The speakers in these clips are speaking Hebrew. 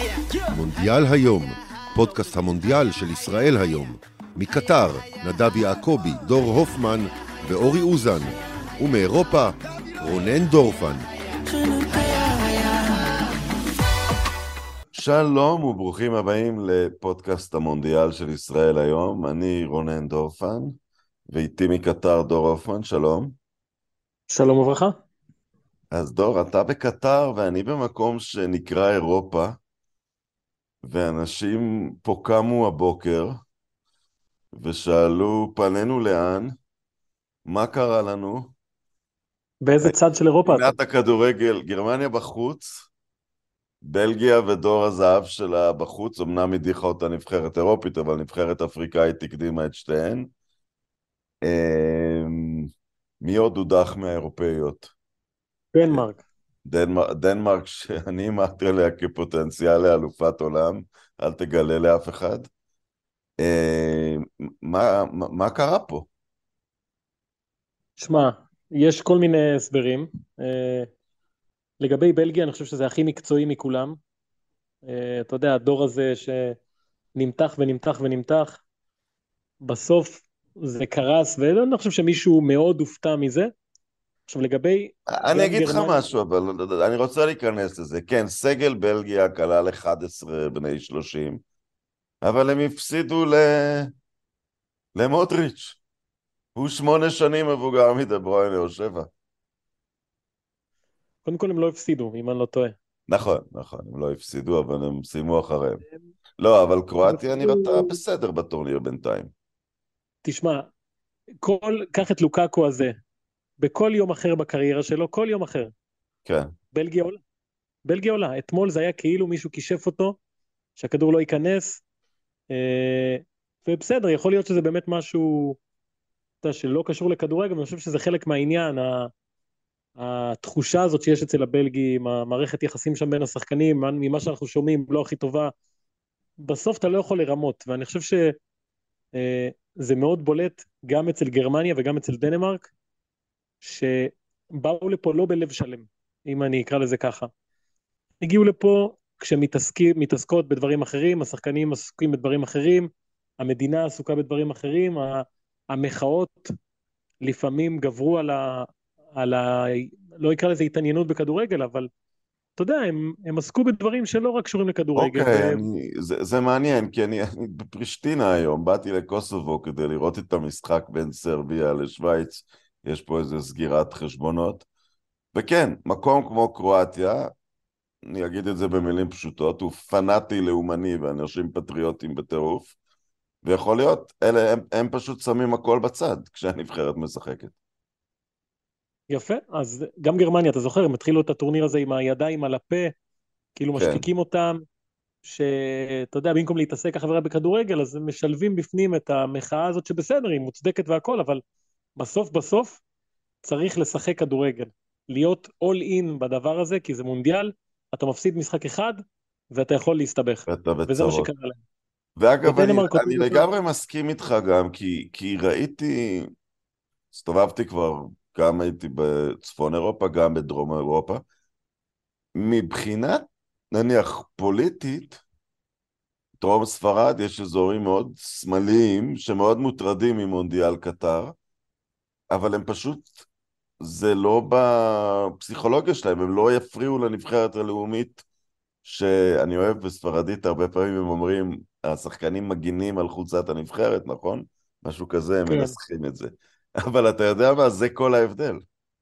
מונדיאל היום, פודקאסט המונדיאל של ישראל היום. מקטר, נדב יעקבי, דור הופמן ואורי אוזן. ומאירופה, רונן דורפן. שלום וברוכים הבאים לפודקאסט המונדיאל של ישראל היום. אני רונן דורפן, ואיתי מקטר דור הופמן. שלום. שלום וברכה. אז דור, אתה בקטר ואני במקום שנקרא אירופה, ואנשים פה קמו הבוקר ושאלו פנינו לאן, מה קרה לנו? באיזה צד של אירופה אתה? פינת הכדורגל, גרמניה בחוץ, בלגיה ודור הזהב שלה בחוץ, אמנם הדיחה אותה נבחרת אירופית, אבל נבחרת אפריקאית הקדימה את שתיהן. מי עוד הודח מהאירופאיות? דנמרק. דנמרק שאני אמרתי עליה כפוטנציאל לאלופת עולם, אל תגלה לאף אחד. מה קרה פה? שמע, יש כל מיני הסברים. לגבי בלגיה, אני חושב שזה הכי מקצועי מכולם. אתה יודע, הדור הזה שנמתח ונמתח ונמתח, בסוף זה קרס, ואני חושב שמישהו מאוד הופתע מזה. עכשיו לגבי... אני אגיד לך משהו, אבל אני רוצה להיכנס לזה. כן, סגל בלגיה כלל 11 בני 30, אבל הם הפסידו למודריץ'. הוא 8 שנים מבוגר מדברוין או 7. קודם כל הם לא הפסידו, אם אני לא טועה. נכון, הם לא הפסידו, אבל הם סיימו אחריהם. לא, אבל קרואטיה נראתה בסדר בטורניר בינתיים. תשמע, קח את לוקאקו הזה, בכל יום אחר בקריירה שלו, כל יום אחר. כן. בלגיה עולה. אתמול זה היה כאילו מישהו כישף אותו, שהכדור לא ייכנס, ובסדר, יכול להיות שזה באמת משהו שלא קשור לכדורגל, ואני חושב שזה חלק מהעניין, התחושה הזאת שיש אצל הבלגים, המערכת יחסים שם בין השחקנים, ממה שאנחנו שומעים, לא הכי טובה, בסוף אתה לא יכול לרמות, ואני חושב שזה מאוד בולט גם אצל גרמניה וגם אצל דנמרק, שבאו לפה לא בלב שלם, אם אני אקרא לזה ככה. הגיעו לפה כשמתעסקות בדברים אחרים, השחקנים עסוקים בדברים אחרים, המדינה עסוקה בדברים אחרים, המחאות לפעמים גברו לא יקרא לזה התעניינות בכדורגל, אבל אתה יודע, הם עסקו בדברים שלא רק קשורים לכדורגל. אוקיי, זה מעניין, כי אני בפרישטינה היום, באתי לקוסובו כדי לראות את המשחק בין סרביה לשוויץ, יש פה איזו סגירת חשבונות, וכן, מקום כמו קרואטיה, אני אגיד את זה במילים פשוטות, הוא פנאטי לאומני ואנשים פטריוטים בטירוף, ויכול להיות, הם פשוט שמים הכל בצד כשהנבחרת משחקת. יפה, אז גם גרמניה, אתה זוכר, הם התחילו את הטורניר הזה עם הידיים על הפה, כאילו משתיקים אותם, שאתה יודע, במקום להתעסק החברה בכדורגל, אז הם משלבים בפנים את המחאה הזאת שבסדר, היא מוצדקת והכל, אבל בסוף צריך לשחק כדורגל, להיות all in בדבר הזה, כי זה מונדיאל, אתה מפסיד משחק אחד, ואתה יכול להסתבך. וזה מה שקרה להם. ואגב, אני לגמרי מסכים איתך גם, כי ראיתי, הסתובבתי כבר, גם הייתי בצפון אירופה, גם בדרום אירופה, מבחינת, נניח, פוליטית, דרום ספרד יש אזורים מאוד שמאליים, שמאוד מוטרדים ממונדיאל קטר, אבל הם פשוט, זה לא בפסיכולוגיה שלהם, הם לא יפריעו לנבחרת הלאומית, שאני אוהב בספרדית, הרבה פעמים הם אומרים, השחקנים מגינים על חולצת הנבחרת, נכון? משהו כזה, הם מנסחים את זה. אבל אתה יודע מה, זה כל ההבדל.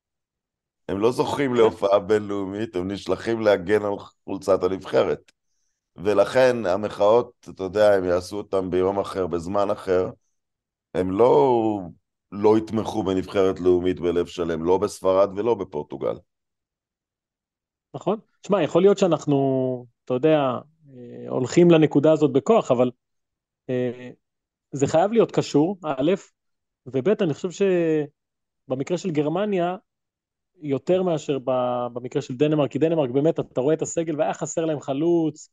הם לא זוכים להופעה בינלאומית, הם נשלחים להגן על חולצת הנבחרת. ולכן המחאות, אתה יודע, הם יעשו אותם ביום אחר, בזמן אחר, הם לא יתמכו בנבחרת לאומית בלב שלם, לא בספרד ולא בפורטוגל. נכון? תשמע, יכול להיות שאנחנו, אתה יודע, הולכים לנקודה הזאת בכוח, אבל זה חייב להיות קשור, א', וב', אני חושב שבמקרה של גרמניה, יותר מאשר במקרה של דנמרק, כי דנמרק באמת, אתה רואה את הסגל, והיה חסר להם חלוץ,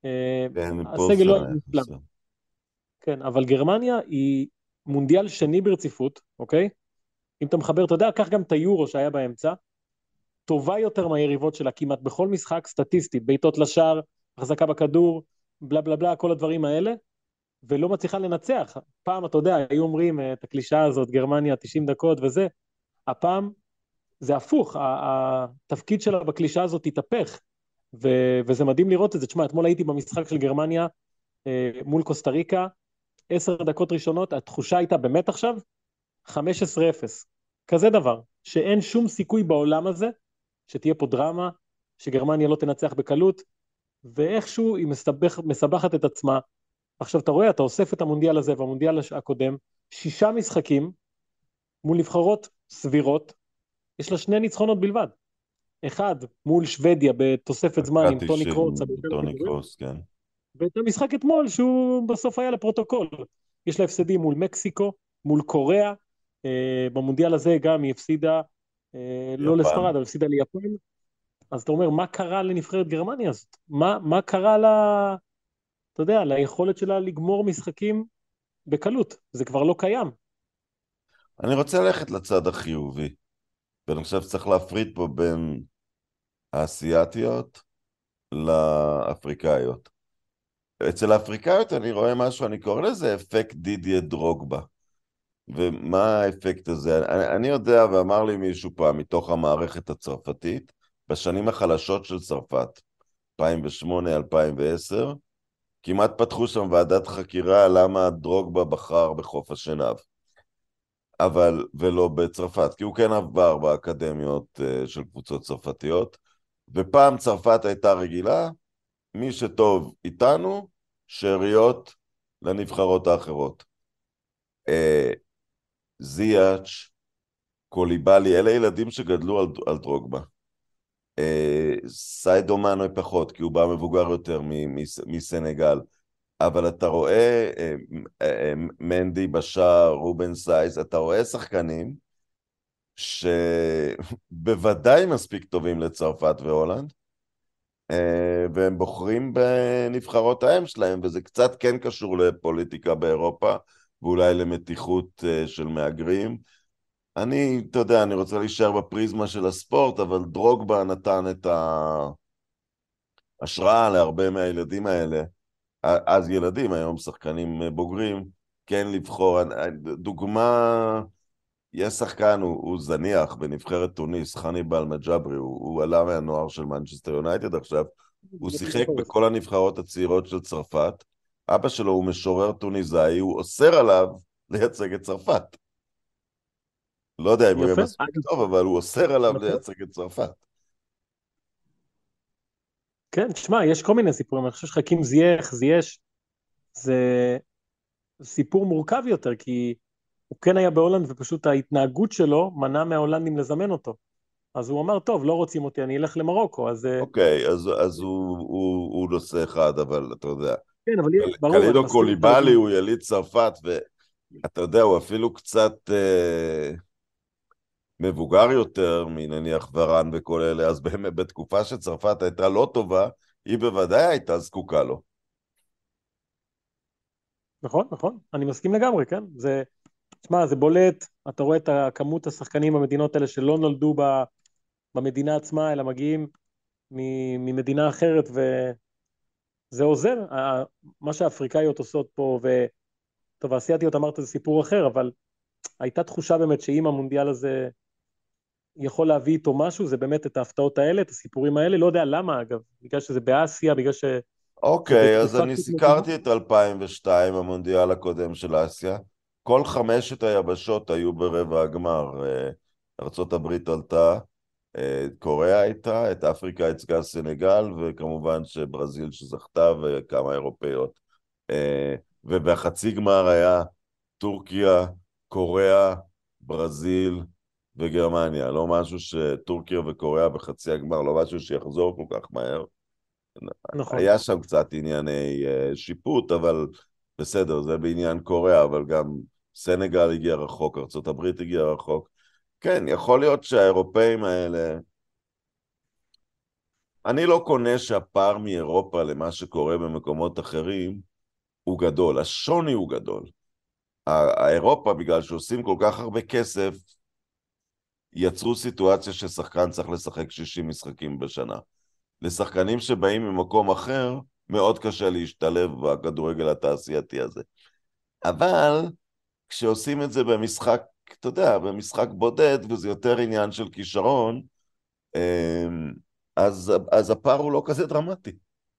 הסגל לא היה נפלא. כן, אבל גרמניה היא מונדיאל שני ברציפות, אוקיי? אם אתה מחבר, אתה יודע, קח גם את היורו שהיה באמצע, טובה יותר מהיריבות שלה כמעט בכל משחק סטטיסטית, בעיטות לשער, החזקה בכדור, בלה בלה בלה, כל הדברים האלה, ולא מצליחה לנצח. פעם, אתה יודע, היו אומרים את הקלישאה הזאת, גרמניה 90 דקות וזה, הפעם זה הפוך, התפקיד שלה בקלישאה הזאת התהפך, וזה מדהים לראות את זה. תשמע, אתמול הייתי במשחק של גרמניה מול קוסטה ריקה, 10 דקות ראשונות, התחושה הייתה באמת עכשיו 15-0, כזה דבר, שאין שום סיכוי בעולם הזה, שתהיה פה דרמה, שגרמניה לא תנצח בקלות, ואיכשהו היא מסבכת את עצמה. עכשיו אתה רואה, אתה אוסף את המונדיאל הזה והמונדיאל הקודם, 6 משחקים מול נבחרות סבירות, יש לה 2 ניצחונות בלבד. אחד מול שוודיה בתוספת זמן עם טוני קרוס, טוני קרוס, כן. ואת המשחק אתמול שהוא בסוף היה לפרוטוקול. יש לה הפסדים מול מקסיקו, מול קוריאה, במונדיאל הזה גם היא הפסידה, לא לספרד, אבל הפסידה ליפן. אז אתה אומר, מה קרה לנבחרת גרמניה הזאת? מה קרה אתה יודע, ליכולת שלה לגמור משחקים בקלות? זה כבר לא קיים. אני רוצה ללכת לצד החיובי, ואני חושב שצריך להפריד פה בין האסייתיות לאפריקאיות. אצל האפריקאיות אני רואה משהו, אני קורא לזה אפקט דידיה דרוגבה. ומה האפקט הזה? אני יודע, ואמר לי מישהו פעם, מתוך המערכת הצרפתית, בשנים החלשות של צרפת, 2008-2010, כמעט פתחו שם ועדת חקירה למה דרוגבה בחר בחוף השנהב. ולא בצרפת, כי הוא כן עבר באקדמיות של קבוצות צרפתיות, ופעם צרפת הייתה רגילה, מי שטוב איתנו, שאריות לנבחרות האחרות. זיאץ', קוליבאלי, אלה ילדים שגדלו על דרוגבה. סיידו מנוי פחות, כי הוא בא מבוגר יותר מסנגל, אבל אתה רואה מנדי בשער, רובן סייס, אתה רואה שחקנים שבוודאי מספיק טובים לצרפת והולנד, והם בוחרים בנבחרות האם שלהם, וזה קצת כן קשור לפוליטיקה באירופה, ואולי למתיחות של מהגרים. אתה יודע, אני רוצה להישאר בפריזמה של הספורט, אבל דרוגבה נתן את ההשראה להרבה מהילדים האלה, אז ילדים, היום שחקנים בוגרים, כן לבחור. דוגמה, יש שחקן, הוא זניח בנבחרת טוניס, חניבל מג'אברי, הוא עלה מהנוער של מנצ'סטר יונייטד עכשיו, הוא שיחק בכל הנבחרות הצעירות של צרפת, אבא שלו הוא משורר טוניסאי, הוא אוסר עליו לייצג את צרפת. לא יודע אם הוא יהיה מספיק טוב, אבל הוא אוסר עליו לייצג את צרפת. כן, תשמע, יש כל מיני סיפורים, אני חושב שחכים זייח, זה סיפור מורכב יותר, כי הוא כן היה בהולנד, ופשוט ההתנהגות שלו מנע מההולנדים לזמן אותו. אז הוא אמר, טוב, לא רוצים אותי, אני אלך למרוקו, אז... אוקיי, אז הוא נושא אחד, אבל אתה יודע. כן, אבל ברור. קלידו קוליבאלי הוא יליד צרפת, ואתה יודע, הוא אפילו קצת מבוגר יותר מנניח ורן וכל אלה, אז באמת בתקופה שצרפת הייתה לא טובה, היא בוודאי הייתה זקוקה לו. נכון, נכון, אני מסכים לגמרי, כן? תשמע, זה בולט, אתה רואה את כמות השחקנים במדינות האלה שלא נולדו במדינה עצמה, אלא מגיעים ממדינה אחרת, וזה עוזר. מה שהאפריקאיות עושות פה, טוב, האסייתיות אמרת זה סיפור אחר, אבל הייתה תחושה באמת שאם המונדיאל הזה יכול להביא איתו משהו, זה באמת את ההפתעות האלה, את הסיפורים האלה, לא יודע למה אגב, בגלל שזה באסיה, בגלל ש... אוקיי, אז אני סיקרתי את 2002, המונדיאל הקודם של אסיה, כל 5 היבשות היו ברבע הגמר, ארצות הברית עלתה, קוריאה הייתה, את אפריקה הצגה סנגל, וכמובן שברזיל שזכתה וכמה אירופאיות. ובחצי גמר היה טורקיה, קוריאה, ברזיל וגרמניה. לא משהו שטורקיה וקוריאה בחצי הגמר, לא משהו שיחזור כל כך מהר. נכון. היה שם קצת ענייני שיפוט, אבל בסדר, זה בעניין קוריאה, אבל גם סנגל הגיע רחוק, ארצות הברית הגיע רחוק. כן, יכול להיות שהאירופאים האלה... אני לא קונה שהפער מאירופה למה שקורה במקומות אחרים הוא גדול, השוני הוא גדול. האירופה, בגלל שעושים כל כך הרבה כסף, יצרו סיטואציה ששחקן צריך לשחק 60 משחקים בשנה. לשחקנים שבאים ממקום אחר, מאוד קשה להשתלב בכדורגל התעשייתי הזה. אבל כשעושים את זה במשחק, אתה יודע, במשחק בודד, וזה יותר עניין של כישרון, אז הפער הוא לא כזה דרמטי.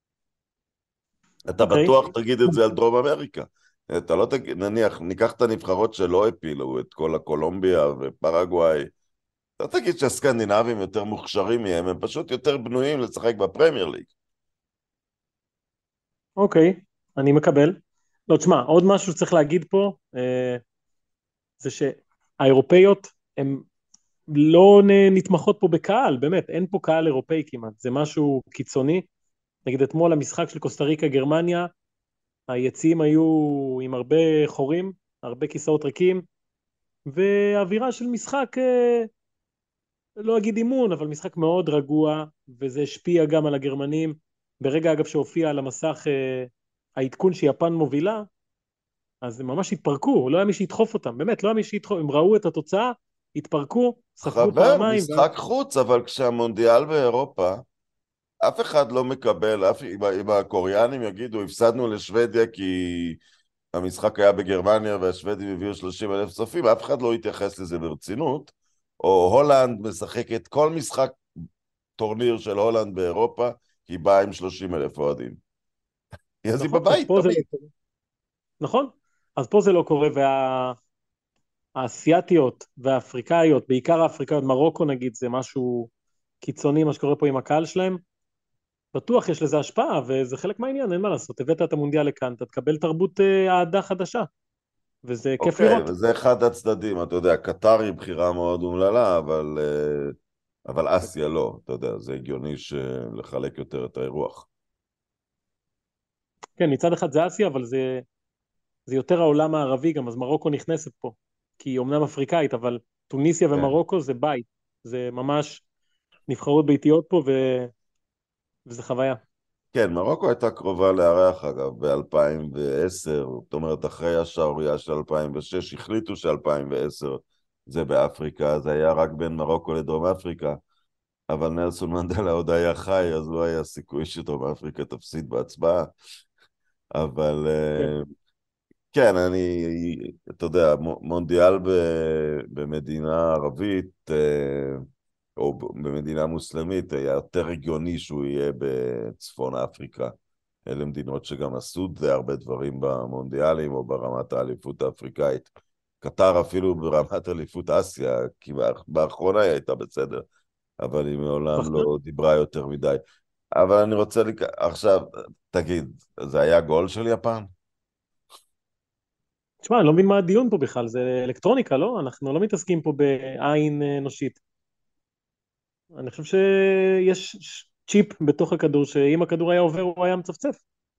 אתה אוקיי. בטוח תגיד את זה על דרום אמריקה. אתה לא תגיד, נניח, ניקח את הנבחרות שלא הפילו, את כל הקולומביה ופרגוואי, אתה תגיד שהסקנדינבים יותר מוכשרים מהם, הם פשוט יותר בנויים לשחק בפרמייר ליג. אוקיי, אני מקבל. לא, תשמע, עוד משהו שצריך להגיד פה, זה שהאירופאיות הן לא נתמכות פה בקהל, באמת, אין פה קהל אירופאי כמעט, זה משהו קיצוני. נגיד אתמול המשחק של קוסטה ריקה גרמניה, היציעים היו עם הרבה חורים, הרבה כיסאות ריקים, ואווירה של משחק, לא אגיד אימון, אבל משחק מאוד רגוע, וזה השפיע גם על הגרמנים. ברגע אגב שהופיע על המסך העדכון שיפן מובילה, אז הם ממש התפרקו, לא היה מי שידחוף אותם, באמת, לא היה מי שידחוף, הם ראו את התוצאה, התפרקו, ספגו חבר, פעמיים. משחק חוץ, אבל כשהמונדיאל באירופה, אף אחד לא מקבל, אם הקוריאנים יגידו, הפסדנו לשוודיה כי המשחק היה בגרמניה והשוודים הביאו 30,000 צופים, אף אחד לא יתייחס לזה ברצינות, או הולנד משחקת כל משחק טורניר של הולנד באירופה, היא באה עם 30,000 אוהדים. אז היא נכון, אז בבית פה זה תמיד. לא קורה. נכון, אז פה זה לא קורה, והאסייתיות והאפריקאיות, בעיקר האפריקאיות, מרוקו נגיד, זה משהו קיצוני מה שקורה פה עם הקהל שלהם, בטוח יש לזה השפעה, וזה חלק מהעניין, אין מה לעשות, הבאת את המונדיאל לכאן, אתה תקבל תרבות אהדה חדשה, וזה כיף אוקיי, לראות. וזה אחד הצדדים, אתה יודע, קטר היא בחירה מאוד אומללה, אבל אסיה לא, אתה יודע, זה הגיוני לחלק יותר את האירוח. כן, מצד אחד זה אסיה, אבל זה יותר העולם הערבי גם, אז מרוקו נכנסת פה, כי היא אומנם אפריקאית, אבל טוניסיה כן. ומרוקו זה בית, זה ממש נבחרות ביתיות פה, וזה חוויה. כן, מרוקו הייתה קרובה לארח אגב ב-2010, זאת אומרת אחרי השערוריה של 2006, החליטו ש-2010 זה באפריקה, זה היה רק בין מרוקו לדרום אפריקה, אבל נלסון מנדלה עוד היה חי, אז לא היה סיכוי שדרום אפריקה תפסיד בהצבעה, אבל כן. כן, אתה יודע, מונדיאל במדינה ערבית, או במדינה מוסלמית, היה יותר הגיוני שהוא יהיה בצפון אפריקה. אלה מדינות שגם עשו די הרבה דברים במונדיאלים או ברמת האליפות האפריקאית. קטר אפילו ברמת אליפות אסיה, כי באחרונה היא הייתה בסדר, אבל היא מעולם נכון. לא דיברה יותר מדי. אבל אני רוצה עכשיו, תגיד, זה היה גול של יפן? תשמע, אני לא מבין מה הדיון פה בכלל, זה אלקטרוניקה, לא? אנחנו לא מתעסקים פה בעין אנושית. אני חושב שיש צ'יפ בתוך הכדור, שאם הכדור היה עובר, הוא היה מצפצף.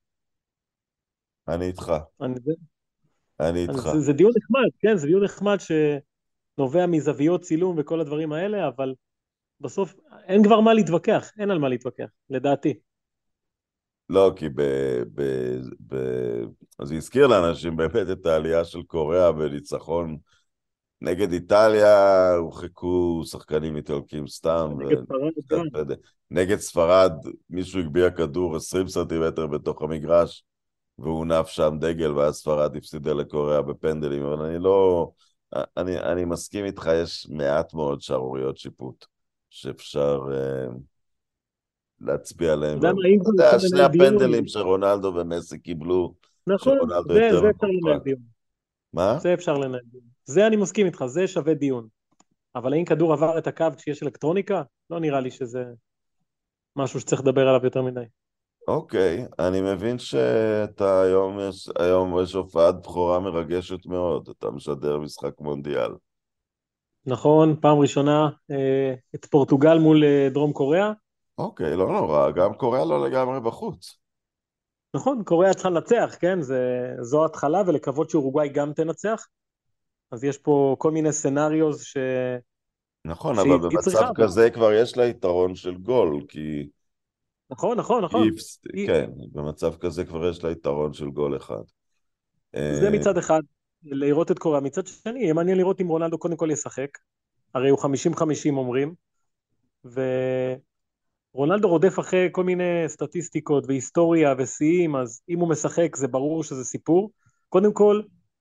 אני איתך, אני, זה, אני איתך. זה דיון נחמד, כן, זה דיון נחמד שנובע מזוויות צילום וכל הדברים האלה, אבל בסוף אין כבר מה להתווכח, אין על מה להתווכח, לדעתי. לא, כי ב... זה הזכיר לאנשים באמת את העלייה של קוריאה בניצחון נגד איטליה, הורחקו שחקנים איטלקים סתם, נגד ספרד גם. נגד ספרד מישהו הגביה כדור 20 סנטימטר בתוך המגרש, והוא נף שם דגל, ואז ספרד הפסידה לקוריאה בפנדלים, אבל אני לא... אני מסכים איתך, יש מעט מאוד שערוריות שיפוט שאפשר להצביע אתה עליהם. יודע מה, אם כבר אתה אפשר יודע, שני לנהל דיון, הפנדלים שרונלדו ומסי קיבלו, נכון, שרונלדו זה יותר אפשר לנהל מפוקפק. דיון, מה? זה אפשר לנהל דיון. זה אני מסכים איתך, זה שווה דיון. אבל האם כדור עבר את הקו כשיש אלקטרוניקה? לא נראה לי שזה משהו שצריך לדבר עליו יותר מדי. אוקיי, אני מבין שאתה היום יש הופעת בכורה מרגשת מאוד, אתה משדר משחק מונדיאל. נכון, פעם ראשונה את פורטוגל מול דרום קוריאה. אוקיי, לא נורא, גם קוריאה לא לגמרי בחוץ. נכון, קוריאה צריכה לנצח, כן? זו התחלה, ולקוות שאורוגוואי גם תנצח. אז יש פה כל מיני סצנריוז נכון, אבל שהיא במצב צריכה. כזה כבר יש לה יתרון של גול, כי... נכון, נכון, נכון. כן, במצב כזה כבר יש לה יתרון של גול אחד. זה מצד אחד, לראות את קוריאה. מצד שני, יהיה מעניין לראות אם רונלדו קודם כל ישחק. הרי הוא 50-50 אומרים. רונלדו רודף אחרי כל מיני סטטיסטיקות והיסטוריה ושיאים, אז אם הוא משחק זה ברור שזה סיפור. קודם כל,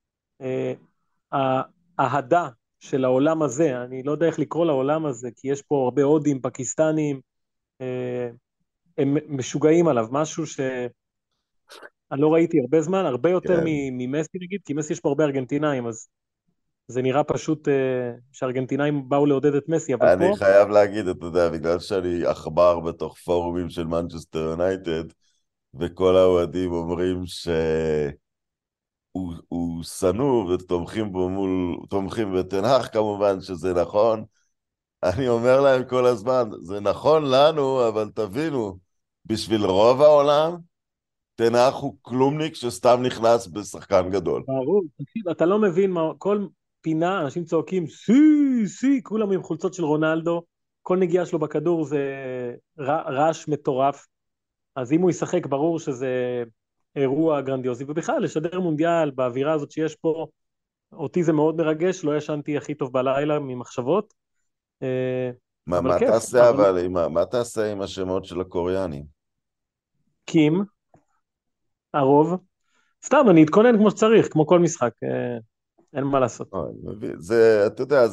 האהדה של העולם הזה, אני לא יודע איך לקרוא לעולם הזה, כי יש פה הרבה הודים, פקיסטנים, הם משוגעים עליו, משהו שאני לא ראיתי הרבה זמן, הרבה יותר כן. ממסי נגיד, כי מסי יש פה הרבה ארגנטינאים, אז זה נראה פשוט שארגנטינאים באו לעודד את מסי, אבל אני פה, חייב להגיד, אתה יודע, בגלל שאני עכבר בתוך פורומים של מנצ'סטר יונייטד, וכל האוהדים אומרים שהוא שנוא ותומכים בו תומכים בתנח כמובן שזה נכון, אני אומר להם כל הזמן, זה נכון לנו, אבל תבינו, בשביל רוב העולם, תנח הוא כלומניק שסתם נכנס בשחקן גדול. ברור, תקשיב, אתה לא מבין מה, כל פינה, אנשים צועקים, סי, כולם עם חולצות של רונלדו, כל נגיעה שלו בכדור זה רעש מטורף, אז אם הוא ישחק, ברור שזה אירוע גרנדיוזי, ובכלל, לשדר מונדיאל באווירה הזאת שיש פה, אותי זה מאוד מרגש, לא ישנתי הכי טוב בלילה ממחשבות, אבל מה כיף, תעשה אבל אבל, מה תעשה עם השמות של הקוריאנים? קים, הרוב, סתם, אני אתכונן כמו שצריך, כמו כל משחק, אין מה לעשות. אני מבין. זה, אתה יודע,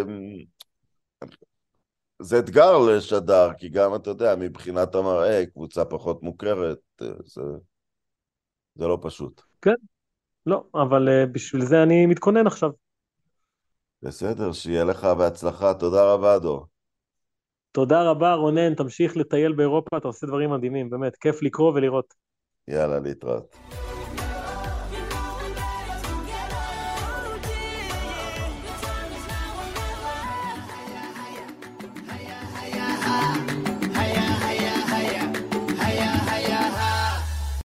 זה אתגר לשדר, כי גם, אתה יודע, מבחינת המראה, קבוצה פחות מוכרת, זה לא פשוט. כן, לא, אבל בשביל זה אני מתכונן עכשיו. בסדר, שיהיה לך בהצלחה. תודה רבה, דור. תודה רבה, רונן, תמשיך לטייל באירופה, אתה עושה דברים מדהימים, באמת, כיף לקרוא ולראות. יאללה, להתראות.